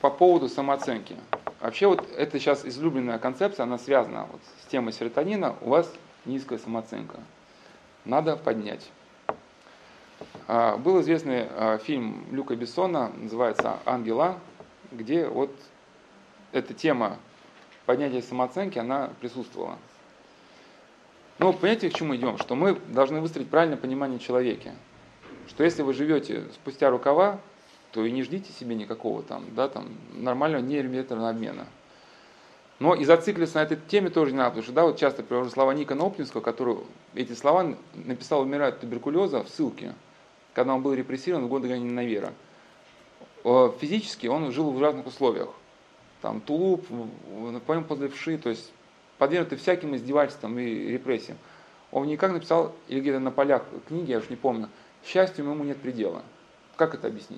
по поводу самооценки. Вообще вот это сейчас излюбленная концепция, она связана вот с темой серотонина. У вас низкая самооценка. Надо поднять. Был известный фильм Люка Бессона, называется «Ангела», где вот эта тема поднятия самооценки, она присутствовала. Но понимаете, к чему идем? Что мы должны выстроить правильное понимание человека. Что если вы живете спустя рукава, то и не ждите себе никакого там нормального нейрометрного обмена. Но и зациклиться на этой теме тоже не надо, потому что вот часто привожу слова Никона Оптинского, который эти слова написал «Умирая от туберкулеза» в ссылке, когда он был репрессирован в годы гонения на Невера. Физически он жил в ужасных условиях. Там тулуп, подле вши, то есть подвергнутый всяким издевательствам и репрессиям. Он никак написал, или где-то на полях книги, я уж не помню, «Счастью ему нет предела». Как это объяснить?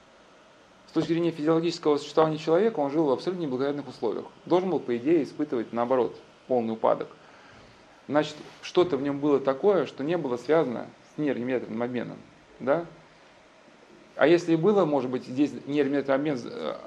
С точки зрения физиологического существования человека, он жил в абсолютно неблагоприятных условиях. Должен был, по идее, испытывать, наоборот, полный упадок. Значит, что-то в нем было такое, что не было связано с нейрометрным обменом. Да? А если и было, может быть, здесь нейрометрный обмен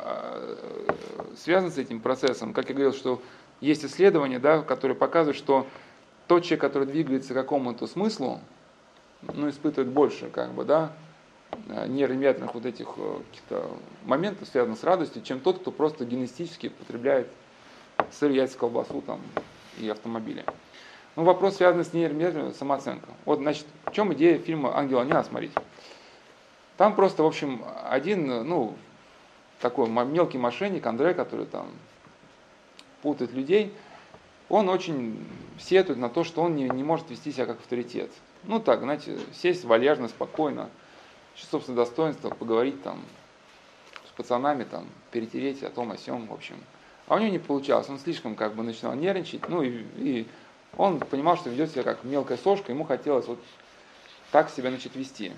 связан с этим процессом, как я говорил, что есть исследования, да, которые показывают, что тот человек, который двигается к какому-то смыслу, испытывает больше, нейрометрных вот этих каких-то моментов, связанных с радостью, чем тот, кто просто генетически потребляет сыр, яйца, колбасу и автомобили. Вопрос, связанный с нейрометрной самооценкой. Вот, значит, в чем идея фильма «Ангела»? Не надо смотреть. Там просто, в общем, один, такой мелкий мошенник, Андре, который там путает людей, он очень сетует на то, что он не может вести себя как авторитет. Сесть вальяжно, спокойно, собственно, достоинство, поговорить там с пацанами, перетереть о том, о сём, в общем. А у него не получалось, он слишком начинал нервничать, и он понимал, что ведет себя как мелкая сошка, ему хотелось вот так себя вести.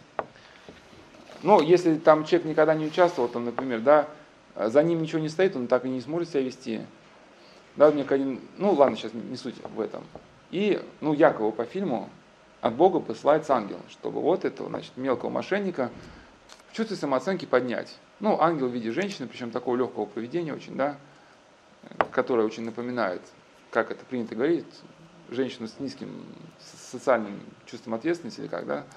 Если там человек никогда не участвовал, например, за ним ничего не стоит, он так и не сможет себя вести. Ладно, сейчас не суть в этом. И, якобы по фильму от Бога посылается ангел, чтобы вот этого, мелкого мошенника в чувстве самооценки поднять. Ангел в виде женщины, причем такого легкого поведения очень, которая очень напоминает, как это принято говорить, женщину с низким социальным чувством ответственности, или как, да?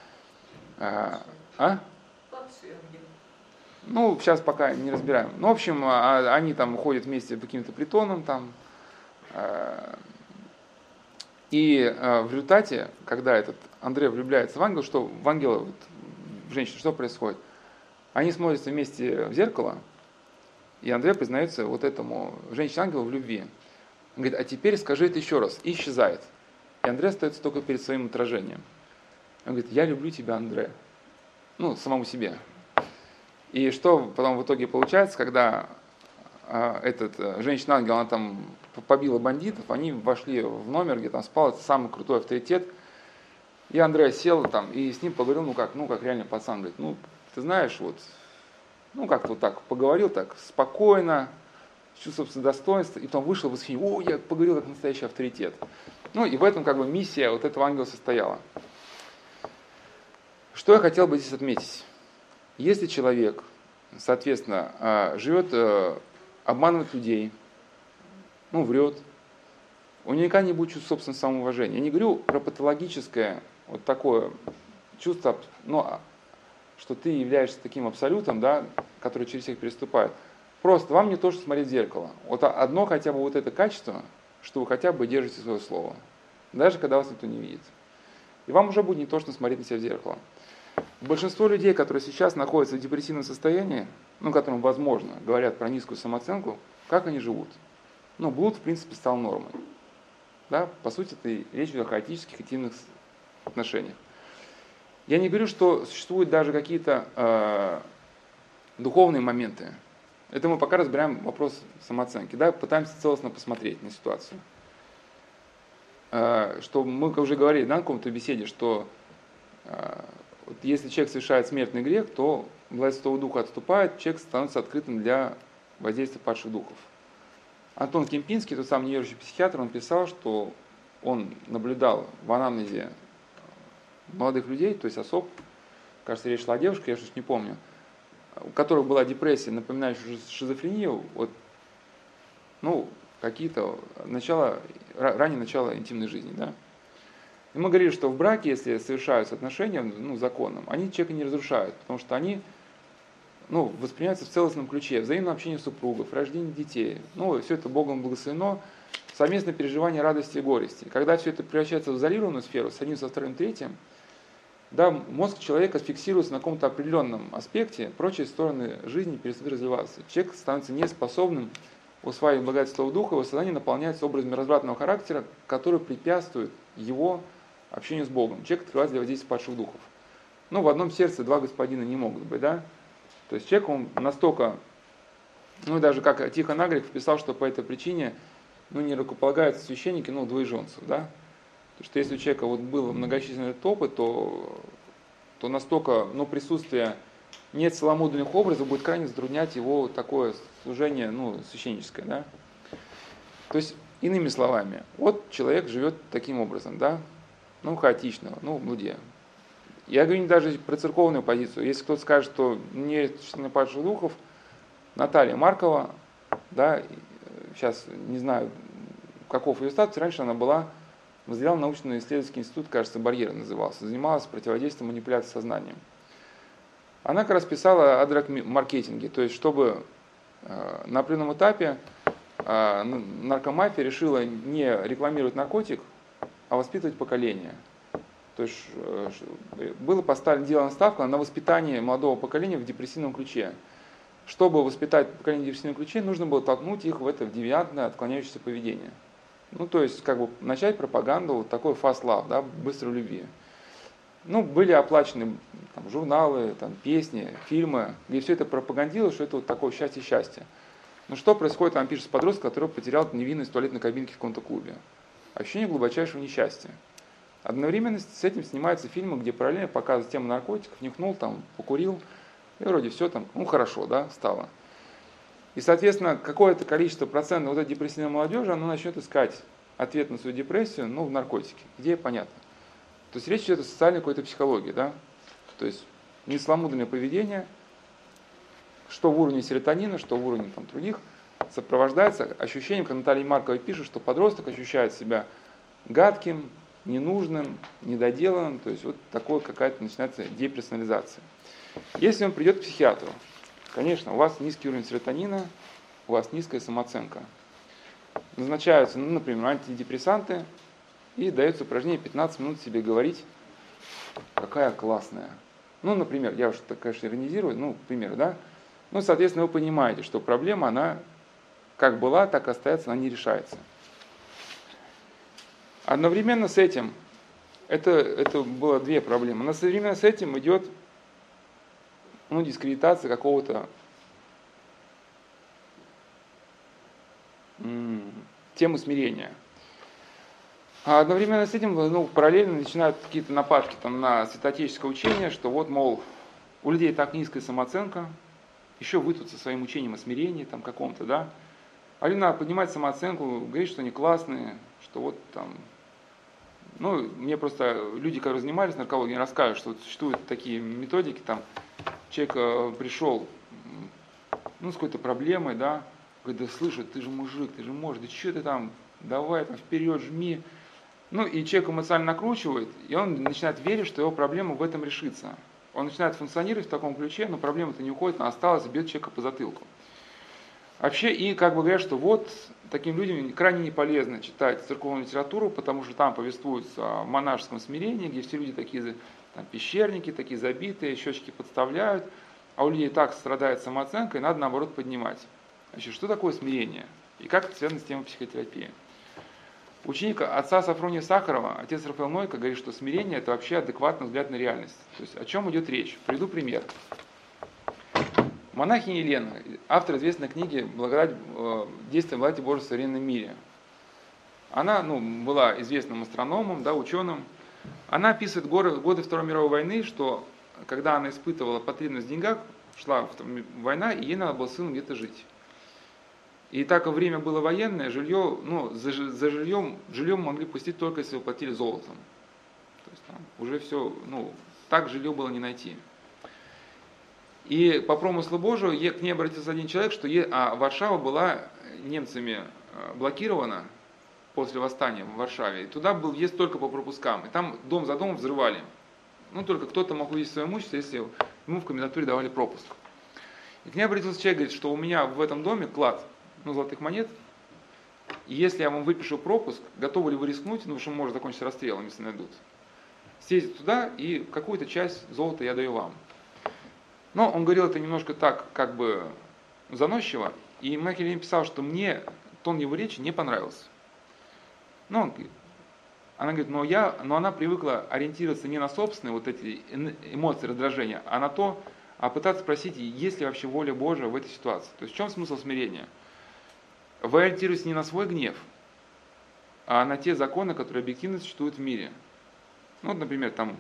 Сейчас пока не разбираем. В общем, они там ходят вместе по каким-то притонам и в результате, когда этот Андрей влюбляется в ангела, в ангела, в женщину, что происходит? Они смотрятся вместе в зеркало, и Андрей признается вот этому женщине-ангелу в любви. Он говорит: а теперь скажи это еще раз. И исчезает. И Андрей остается только перед своим отражением. Он говорит: я люблю тебя, Андрей. Самому себе. И что потом в итоге получается, когда женщина-ангел, она там побила бандитов, они вошли в номер, где там спал этот самый крутой авторитет, и Андрей сел там и с ним поговорил, как реально пацан, говорит: ты знаешь, как-то вот так поговорил, так спокойно, с чувством достоинства, и потом вышел в восхищение: я поговорил как настоящий авторитет. И в этом миссия вот этого ангела состояла. Что я хотел бы здесь отметить? Если человек, соответственно, живет, обманывает людей, врет, у него никогда не будет чувства собственного самоуважения. Я не говорю про патологическое вот такое чувство, что ты являешься таким абсолютом, который через всех переступает. Просто вам не то, что смотреть в зеркало. Вот одно хотя бы вот это качество, что вы хотя бы держите свое слово, даже когда вас никто не видит. И вам уже будет не то, что смотреть на себя в зеркало. Большинство людей, которые сейчас находятся в депрессивном состоянии, которым, возможно, говорят про низкую самооценку, как они живут? Блуд, в принципе, стал нормой. По сути, это речь идет о хаотических, интимных отношениях. Я не говорю, что существуют даже какие-то духовные моменты. Это мы пока разбираем вопрос самооценки. Пытаемся целостно посмотреть на ситуацию. Что мы уже говорили на каком-то беседе, что вот если человек совершает смертный грех, то власть Святого Духа отступает, человек становится открытым для воздействия падших духов. Антон Кемпинский, тот самый неверующий психиатр, он писал, что он наблюдал в анамнезе молодых людей, то есть особ, кажется, речь шла о девушке, я что-то не помню, у которых была депрессия, напоминающая шизофрению, вот, ну, какие-то раннее начало интимной жизни, да. И мы говорили, что в браке, если совершаются отношения, ну, законом, они человека не разрушают, потому что они, ну, воспринимаются в целостном ключе, взаимное общение супругов, рождение детей, ну, все это Богом благословено, совместное переживание радости и горести. Когда все это превращается в изолированную сферу, с одним, со вторым, третьим, да, мозг человека фиксируется на каком-то определенном аспекте, прочие стороны жизни перестают развиваться. Человек становится неспособным усваивать благодать Святого Духа, его сознание наполняется образами развратного характера, которые препятствуют его общению с Богом. Человек открывается для воздействия падших духов. Ну, в одном сердце два господина не могут быть, да? То есть человек, он настолько, ну, и даже как Тихон Агриков писал, что по этой причине, ну, не рукополагаются священники, ну, двоеженцев, да? Потому что если у человека вот был многочисленный этот опыт, то настолько, ну, присутствие нет целомудренных образов будет крайне затруднять его такое служение, ну, священническое, да? То есть, иными словами, вот человек живет таким образом, да? Ну, хаотично, ну, в блуде. Я говорю даже про церковную позицию. Если кто-то скажет, что не число падших духов, Наталья Маркова, да, сейчас не знаю, каков ее статус, раньше она была, возглавляла научно-исследовательский институт, кажется, «Барьер» назывался, занималась противодействием манипуляции сознанием. Она как раз писала о драг-маркетинге, то есть чтобы на определенном этапе наркомафия решила не рекламировать наркотик, а воспитывать поколение. То есть было сделана ставка на воспитание молодого поколения в депрессивном ключе. Чтобы воспитать поколение в депрессивном ключе, нужно было толкнуть их в это девиантное, отклоняющееся поведение. Ну, то есть, как бы начать пропаганду, вот такой fast love, да, быстрой любви. Ну, были оплачены там, журналы, там, песни, фильмы, где все это пропагандировалось, что это вот такое счастье-счастье. Но что происходит, там пишет подросток, который потерял невинность в туалетной кабинке в каком-то клубе. Ощущение глубочайшего несчастья. Одновременно с этим снимаются фильмы, где параллельно показывают тему наркотиков, нюхнул, там, покурил, и вроде все там, ну хорошо, да, стало. И, соответственно, какое-то количество процентов вот этой депрессивной молодежи, оно начнет искать ответ на свою депрессию, ну, в наркотике. Идея понятна. То есть речь идет о социальной какой-то психологии, да? То есть несломудренное поведение, что в уровне серотонина, что в уровне там, других, сопровождается ощущением, как Наталья Маркова пишет, что подросток ощущает себя гадким, ненужным, недоделанным, то есть вот такое какая-то начинается деперсонализация. Если он придет к психиатру, конечно, у вас низкий уровень серотонина, у вас низкая самооценка. Назначаются, ну, например, антидепрессанты, и дается упражнение 15 минут себе говорить, какая классная. Ну, например, я уж, конечно, иронизирую, ну, к примеру, да. Ну, соответственно, вы понимаете, что проблема, она как была, так и остается, она не решается. Одновременно с этим, это было две проблемы, одновременно с этим идет, ну, дискредитация какого-то темы смирения. А одновременно с этим, ну, параллельно начинают какие-то нападки там, на святоотеческое учение, что вот, мол, у людей так низкая самооценка, еще вы тут со своим учением о смирении там каком-то, да. А им надо поднимать самооценку, говорить, что они классные, что вот там... Ну, мне просто люди, которые занимались наркологией, рассказывают, что вот существуют такие методики, там, человек пришел, ну, с какой-то проблемой, да, говорит, да слышь, ты же мужик, ты же можешь, да что ты там, давай там вперед, жми. Ну, и человек эмоционально накручивает, и он начинает верить, что его проблема в этом решится. Он начинает функционировать в таком ключе, но проблема-то не уходит, она осталась, бьет человека по затылку. Вообще, и как бы говорят, что вот таким людям крайне не полезно читать церковную литературу, потому что там повествуется о монашеском смирении, где все люди такие там, пещерники, такие забитые, щечки подставляют, а у людей так страдает самооценка, и надо наоборот поднимать. Значит, что такое смирение? И как это связано с темой психотерапии? Ученик отца Сафрония Сахарова, отец Рафаэл Нойко, говорит, что смирение – это вообще адекватный взгляд на реальность. То есть о чем идет речь? Приведу пример. Монахиня Елена, автор известной книги «Благодать, действие благодати Божьей в современном мире». Она была известным астрономом, да, ученым. Она описывает годы Второй мировой войны, что когда она испытывала потребность в деньгах, шла война, и ей надо было сыну где-то жить. И так как время было военное, жилье, жильем могли пустить только если вы платили золотом. То есть там уже все, так жилье было не найти. И по промыслу Божию к ней обратился один человек, что Варшава была немцами блокирована после восстания в Варшаве. И туда был въезд только по пропускам. И там дом за домом взрывали. Ну, только кто-то мог увидеть свое имущество, если ему в комендатуре давали пропуск. И к ней обратился человек, говорит, что у меня в этом доме клад, золотых монет. И если я вам выпишу пропуск, готовы ли вы рискнуть, потому что может закончиться расстрелом, если найдут. Съездить туда, и какую-то часть золота я даю вам. Но он говорил это немножко так, как бы заносчиво. И Махелин писал, что мне тон его речи не понравился. Она говорит, но она привыкла ориентироваться не на собственные вот эти эмоции раздражения, а пытаться спросить, есть ли вообще воля Божия в этой ситуации. То есть в чем смысл смирения? Вы ориентируетесь не на свой гнев, а на те законы, которые объективно существуют в мире. Например, там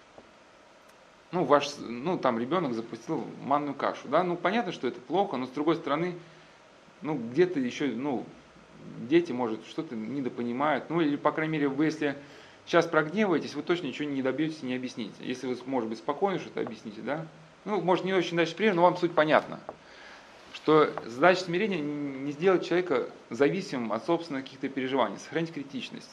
ребенок запустил манную кашу. Да? Понятно, что это плохо, но с другой стороны, где-то еще, дети, может, что-то недопонимают. Или, по крайней мере, вы, если сейчас прогневаетесь, вы точно ничего не добьетесь и не объясните. Если вы, может быть, спокойно что-то объясните, да? Может, не очень дальше пример, но вам суть понятна. Что задача смирения не сделать человека зависимым от собственных каких-то переживаний, сохранить критичность.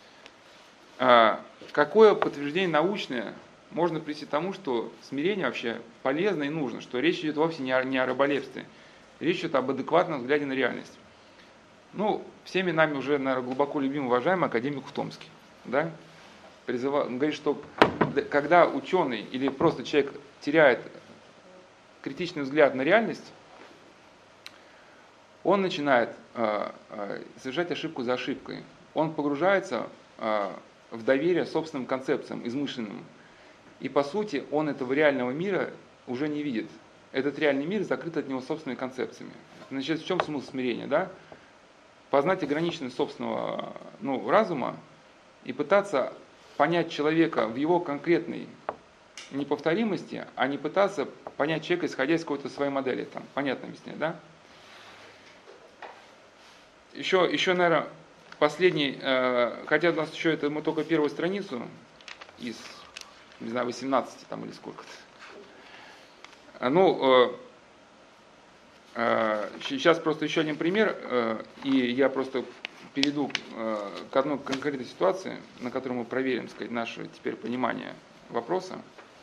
Какое подтверждение научное можно привести к тому, что смирение вообще полезно и нужно, что речь идет вовсе не о раболепстве, речь идет об адекватном взгляде на реальность. Всеми нами уже, наверное, глубоко любимый, уважаемый академик Ухтомский, да? Он говорит, что когда ученый или просто человек теряет критичный взгляд на реальность, он начинает совершать ошибку за ошибкой. Он погружается в доверие собственным концепциям, измышленным. И по сути он этого реального мира уже не видит. Этот реальный мир закрыт от него собственными концепциями. Значит, в чем смысл смирения? Да? Познать ограниченность собственного разума и пытаться понять человека в его конкретной неповторимости, а не пытаться понять человека, исходя из какой-то своей модели. Понятно объяснять, да? Еще, наверное, последний, хотя у нас еще мы только первую страницу из, 18 или сколько-то. Сейчас просто еще один пример, и я просто перейду к одной конкретной ситуации, на которой мы проверим, наше теперь понимание вопроса.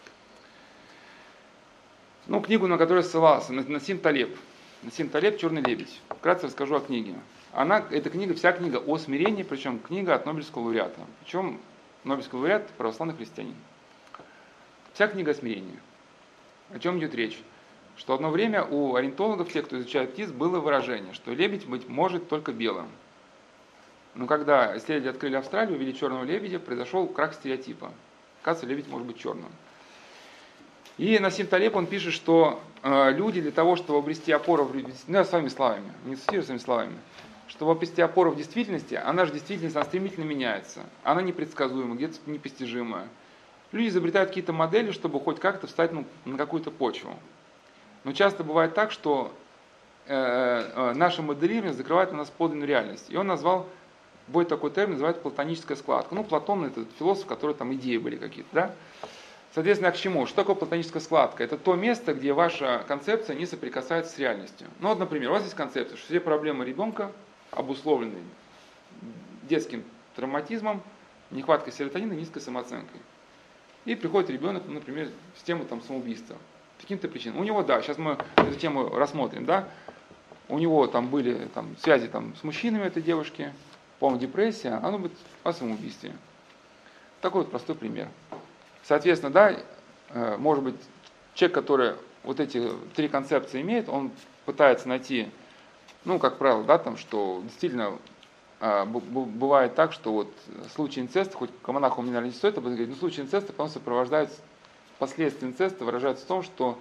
Книгу, на которую ссылался, Насим Талеб. Насим Талеб «Черный лебедь». Вкратце расскажу о книге. Вся книга о смирении, причем книга от Нобелевского лауреата. Причем Нобелевский лауреат – православный христианин. Вся книга о смирении. О чем идет речь? Что одно время у орнитологов, тех, кто изучает птиц, было выражение, что лебедь быть может только белым. Но когда исследователи открыли Австралию, увидели черного лебедя, произошел крах стереотипа. Оказывается, лебедь может быть черным. И Насим Талеб, он пишет, что люди для того, чтобы обрести опору, я своими словами, не цитирую своими словами, чтобы обрести опору в действительности, она же действительность, она стремительно меняется, она непредсказуема, где-то непостижимая. Люди изобретают какие-то модели, чтобы хоть как-то встать на какую-то почву. Но часто бывает так, что наше моделирование закрывает на нас подлинную реальность. И он назвал, будет такой термин, называется платоническая складка. Платон это философ, который идеи были какие-то, да? Соответственно, к чему? Что такое платоническая складка? Это то место, где ваша концепция не соприкасается с реальностью. Например, у вас есть концепция, что все проблемы ребенка обусловлены детским травматизмом, нехваткой серотонина, низкой самооценкой. И приходит ребенок, например, с темой самоубийства. По каким-то причинам. У него, да, сейчас мы эту тему рассмотрим, да. У него были связи с мужчинами этой девушки, по-моему, депрессия, оно будет о самоубийстве. Такой простой пример. Соответственно, да, может быть, человек, который вот эти три концепции имеет, он пытается найти, как правило, да, что действительно бывает так, что в случае инцеста, хоть к монаху мне, наверное, не стоит об этом говорить, но в случае инцеста, потом сопровождается, последствия инцеста выражаются в том, что,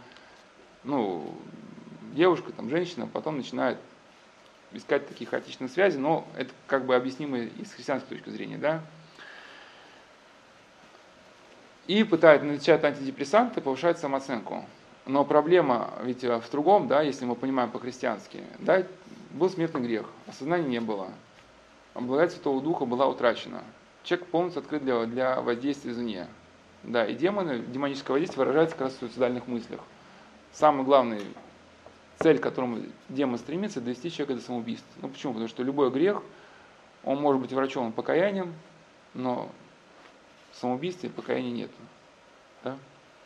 девушка, женщина потом начинает искать такие хаотичные связи, но это объяснимо и с христианской точки зрения, да. И начинают антидепрессанты, повышают самооценку. Но проблема ведь в другом, да, если мы понимаем по-христиански, да, был смертный грех, осознания не было, благодать Святого Духа была утрачена. Человек полностью открыт для воздействия извне. Да, и демоническое воздействие выражается как раз в суицидальных мыслях. самый главный цель, к которому демон стремится, довести человека до самоубийства. Ну почему? Потому что любой грех, он может быть врачеван покаянием, но в самоубийстве покаяния нет. Да?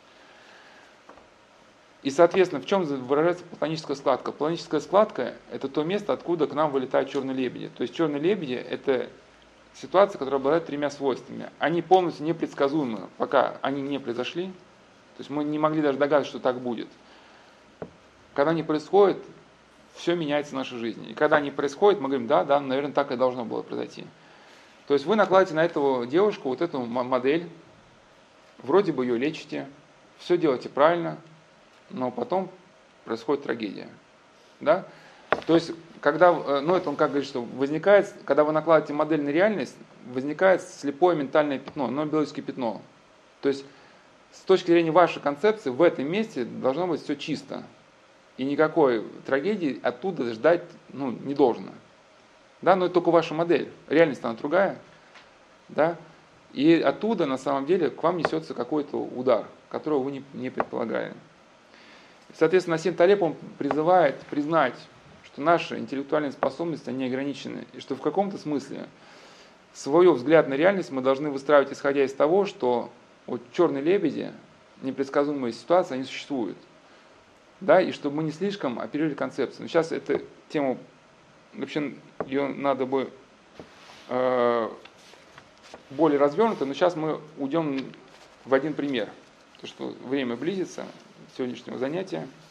И, соответственно, в чем выражается платоническая складка? Платоническая складка – это то место, откуда к нам вылетают черные лебеди. То есть черные лебеди – это ситуация, которая обладает тремя свойствами. Они полностью непредсказуемы, пока они не произошли. То есть мы не могли даже догадаться, что так будет. Когда они происходят, все меняется в нашей жизни. И когда они происходят, мы говорим, да, наверное, так и должно было произойти. То есть вы накладываете на эту девушку вот эту модель, вроде бы ее лечите, все делаете правильно, но потом происходит трагедия. Да? То есть, когда, ну это он как говорит, что возникает, когда вы накладываете модель на реальность, возникает слепое ментальное пятно, биологическое пятно. То есть, с точки зрения вашей концепции, в этом месте должно быть все чисто. И никакой трагедии оттуда ждать не должно. Да, но это только ваша модель. Реальность она другая. Да? И оттуда, на самом деле, к вам несется какой-то удар, которого вы не предполагали. Соответственно, Насим Талеб, он призывает признать, что наши интеллектуальные способности, они ограничены. И что в каком-то смысле свой взгляд на реальность мы должны выстраивать, исходя из того, что вот черные лебеди, непредсказуемые ситуации, они существуют. Да, и чтобы мы не слишком оперировали концепцию. Но сейчас эту тему, вообще ее надо бы более развернуто, но сейчас мы уйдем в один пример. Потому что время близится сегодняшнего занятия.